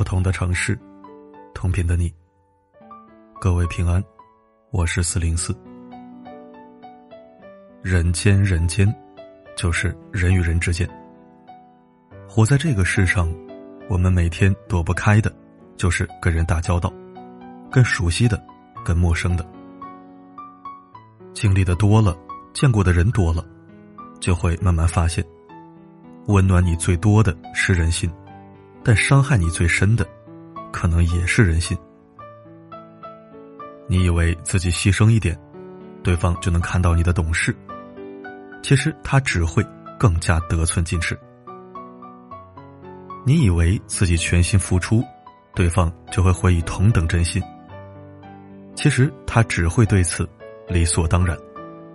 不同的城市，同频的你。各位平安，我是404。人间，就是人与人之间。活在这个世上，我们每天躲不开的就是跟人打交道，跟熟悉的，跟陌生的。经历的多了，见过的人多了，就会慢慢发现，温暖你最多的是人心，但伤害你最深的可能也是人心。你以为自己牺牲一点，对方就能看到你的懂事，其实他只会更加得寸进尺。你以为自己全心付出，对方就会回以同等真心，其实他只会对此理所当然。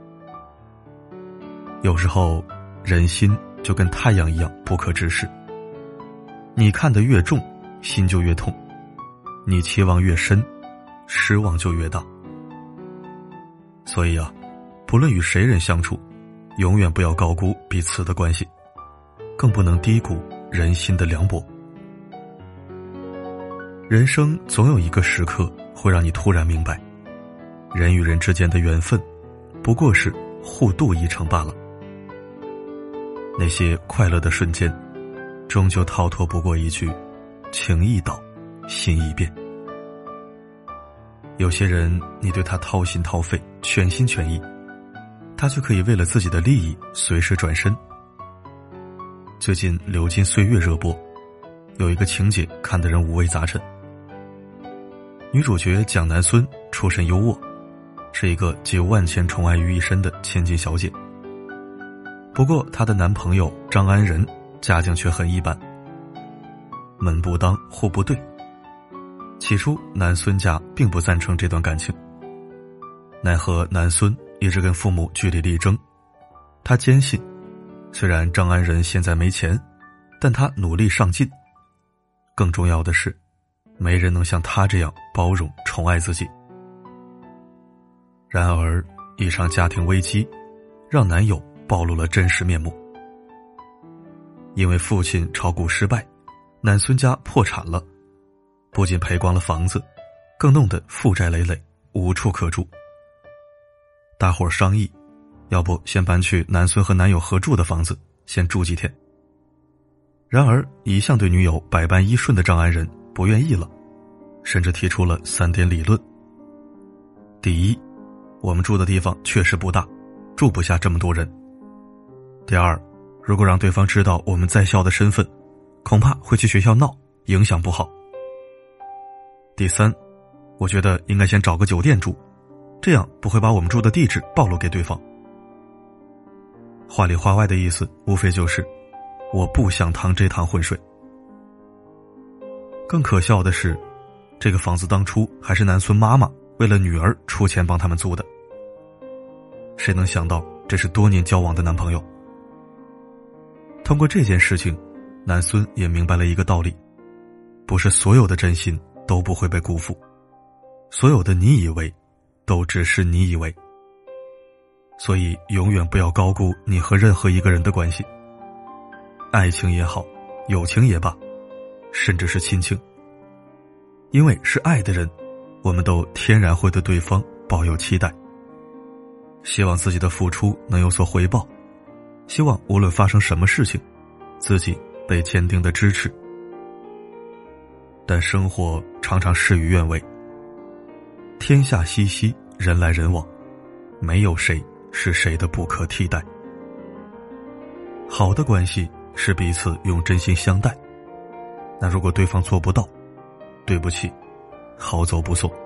有时候人心就跟太阳一样不可直视，你看得越重，心就越痛，你期望越深，失望就越大。所以不论与谁人相处，永远不要高估彼此的关系，更不能低估人心的凉薄。人生总有一个时刻会让你突然明白，人与人之间的缘分不过是互渡一程罢了。那些快乐的瞬间，终究逃脱不过一句情易倒，心易变。有些人你对他掏心掏肺，全心全意，他却可以为了自己的利益随时转身。最近《流金岁月》热播，有一个情节看得人五味杂陈。女主角蒋南孙出身优渥，是一个集万千宠爱于一身的千金小姐。不过她的男朋友张安仁家境却很一般，门不当户不对。起初南孙家并不赞成这段感情，奈何南孙一直跟父母据理力争。他坚信，虽然张安仁现在没钱，但他努力上进。更重要的是，没人能像他这样包容宠爱自己。然而一场家庭危机让男友暴露了真实面目。因为父亲炒股失败，南孙家破产了，不仅赔光了房子，更弄得负债累累，无处可住。大伙儿商议，要不先搬去南孙和男友合住的房子，先住几天。然而一向对女友百般依顺的张安仁不愿意了，甚至提出了3点理论。第一，我们住的地方确实不大，住不下这么多人。第二，如果让对方知道我们在校的身份，恐怕会去学校闹，影响不好。第三，我觉得应该先找个酒店住，这样不会把我们住的地址暴露给对方。话里话外的意思无非就是我不想趟这趟浑水。更可笑的是，这个房子当初还是南孙妈妈为了女儿出钱帮他们租的。谁能想到这是多年交往的男朋友。通过这件事情，南孙也明白了一个道理，不是所有的真心都不会被辜负，所有的你以为都只是你以为。所以永远不要高估你和任何一个人的关系，爱情也好，友情也罢，甚至是亲情。因为是爱的人，我们都天然会对对方抱有期待，希望自己的付出能有所回报，希望无论发生什么事情，自己被坚定的支持。但生活常常事与愿违，天下熙熙，人来人往，没有谁是谁的不可替代。好的关系是彼此用真心相待，那如果对方做不到，对不起，好走不送。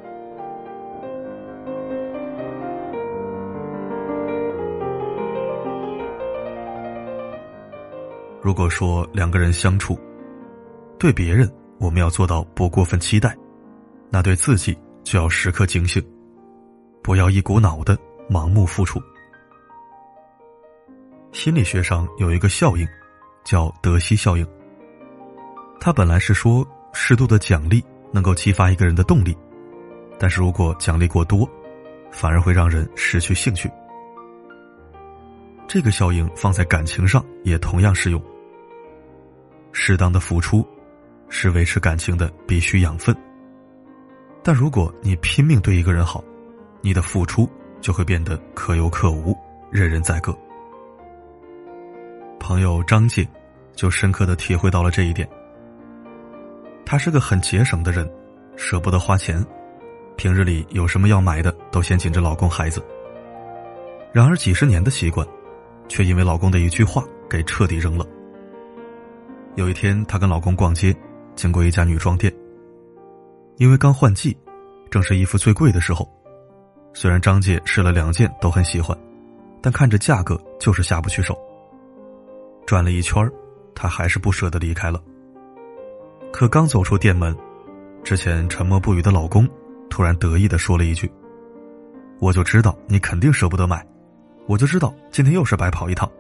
如果说两个人相处，对别人我们要做到不过分期待，那对自己就要时刻警醒，不要一股脑的盲目付出。心理学上有一个效应叫德西效应，它本来是说适度的奖励能够激发一个人的动力，但是如果奖励过多，反而会让人失去兴趣。这个效应放在感情上也同样适用。适当的付出是维持感情的必须养分。但如果你拼命对一个人好，你的付出就会变得可有可无，任人宰割。朋友张姐就深刻地体会到了这一点。她是个很节省的人，舍不得花钱，平日里有什么要买的都先紧着老公孩子。然而几十年的习惯，却因为老公的一句话给彻底扔了。有一天她跟老公逛街，经过一家女装店，因为刚换季，正是衣服最贵的时候。虽然张姐试了2件都很喜欢，但看着价格就是下不去手。转了一圈，她还是不舍得离开了。可刚走出店门，之前沉默不语的老公突然得意地说了一句：我就知道你肯定舍不得买，我就知道今天又是白跑一趟。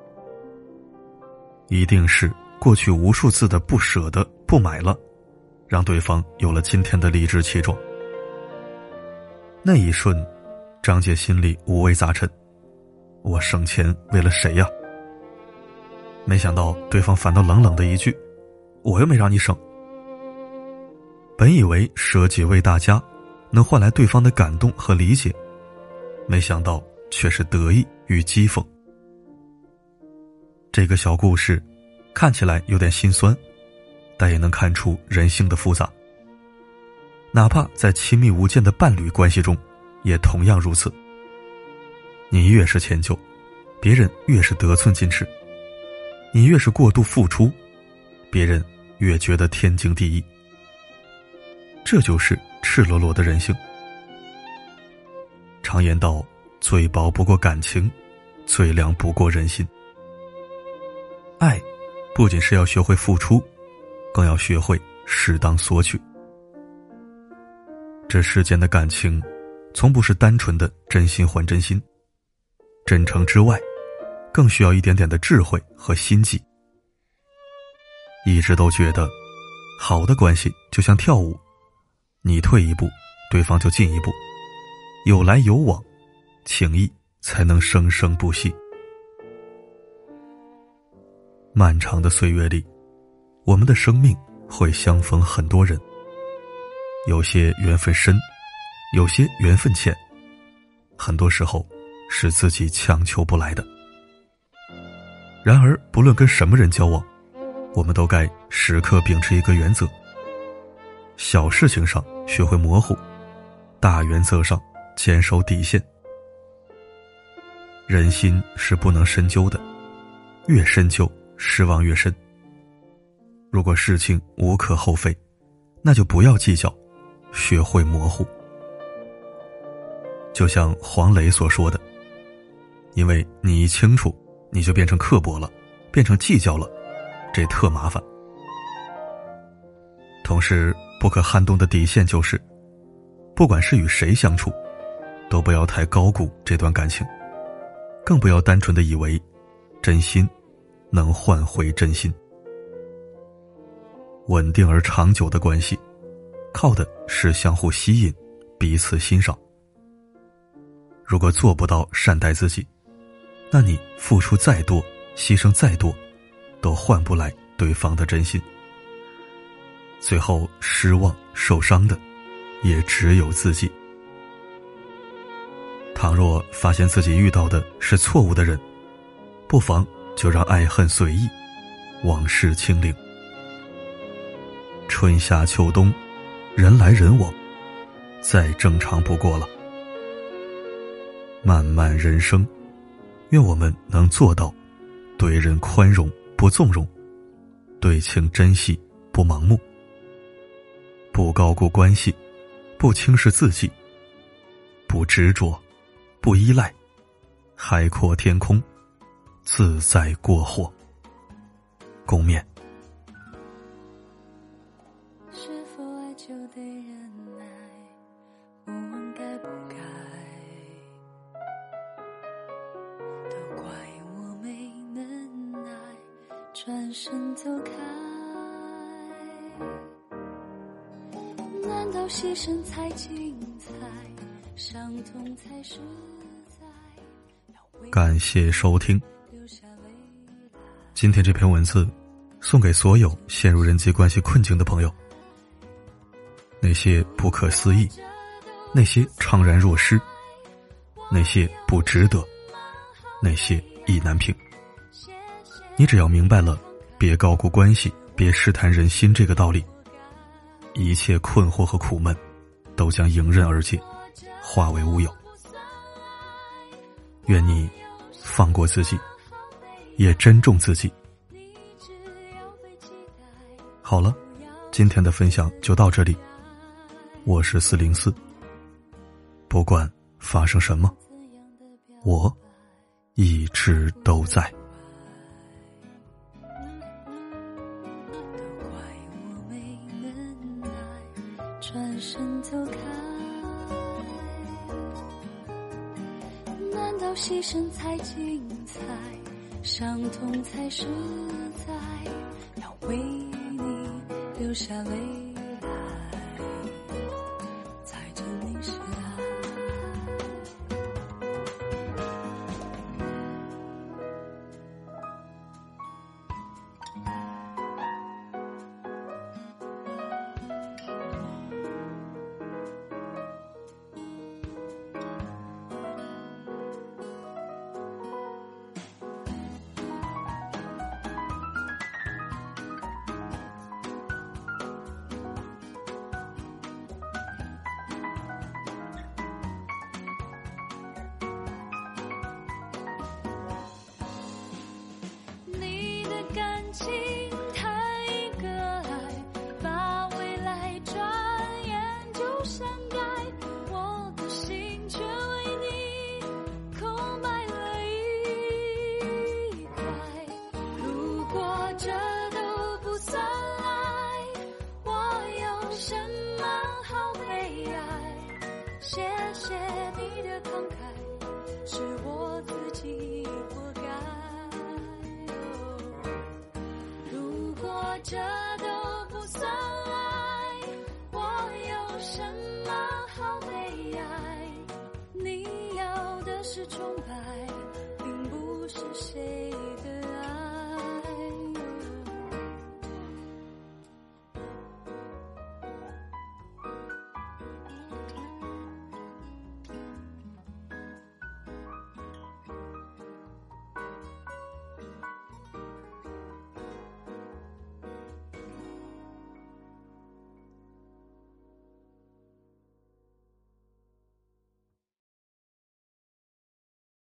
一定是过去无数次的不舍得不买了，让对方有了今天的理直气壮。那一瞬，张姐心里五味杂陈，我省钱为了谁呀？没想到对方反倒冷冷的一句：我又没让你省。本以为舍己为大家能换来对方的感动和理解，没想到却是得意与讥讽。这个小故事看起来有点心酸，但也能看出人性的复杂。哪怕在亲密无间的伴侣关系中，也同样如此。你越是迁就，别人越是得寸进尺；你越是过度付出，别人越觉得天经地义。这就是赤裸裸的人性。常言道，最薄不过感情，最凉不过人心。爱不仅是要学会付出，更要学会适当索取。这世间的感情从不是单纯的真心换真心，真诚之外，更需要一点点的智慧和心计。一直都觉得好的关系就像跳舞，你退一步，对方就进一步，有来有往，情谊才能生生不息。漫长的岁月里，我们的生命会相逢很多人，有些缘分深，有些缘分浅，很多时候是自己强求不来的。然而不论跟什么人交往，我们都该时刻秉持一个原则：小事情上学会模糊，大原则上坚守底线。人心是不能深究的，越深究失望越深。如果事情无可厚非，那就不要计较，学会模糊。就像黄磊所说的，因为你一清楚，你就变成刻薄了，变成计较了，这特麻烦。同时不可撼动的底线就是，不管是与谁相处，都不要太高估这段感情，更不要单纯的以为真心能换回真心。稳定而长久的关系，靠的是相互吸引，彼此欣赏。如果做不到善待自己，那你付出再多，牺牲再多，都换不来对方的真心。最后失望受伤的也只有自己。倘若发现自己遇到的是错误的人，不妨就让爱恨随意，往事清零。春夏秋冬，人来人往，再正常不过了。漫漫人生，愿我们能做到对人宽容不纵容，对情珍惜不盲目，不高估关系，不轻视自己，不执着，不依赖，海阔天空，自在过活。共勉。 是否爱就得忍耐，不问该不该，都怪我没能耐，转身走开。难道牺牲才精彩，伤痛才实在？ 感谢收听。今天这篇文字送给所有陷入人际关系困境的朋友。那些不可思议，那些怅然若失，那些不值得，那些意难平。你只要明白了别高估关系，别试探人心这个道理，一切困惑和苦闷都将迎刃而解，化为乌有。愿你放过自己，也珍重自己。好了，今天的分享就到这里。我是404，不管发生什么，我一直都在。 都怪我没能耐转身走开，难道牺牲才精彩，伤痛才实在，要为你流下泪来，才证明是爱。感情谈一个爱，把未来转眼就删改，我的心却为你空白了一块。如果这都不算爱，我有什么好悲哀？谢谢你的慷慨，是我自己活该。这都不算爱，我有什么好悲哀？你要的是崇拜，并不是谁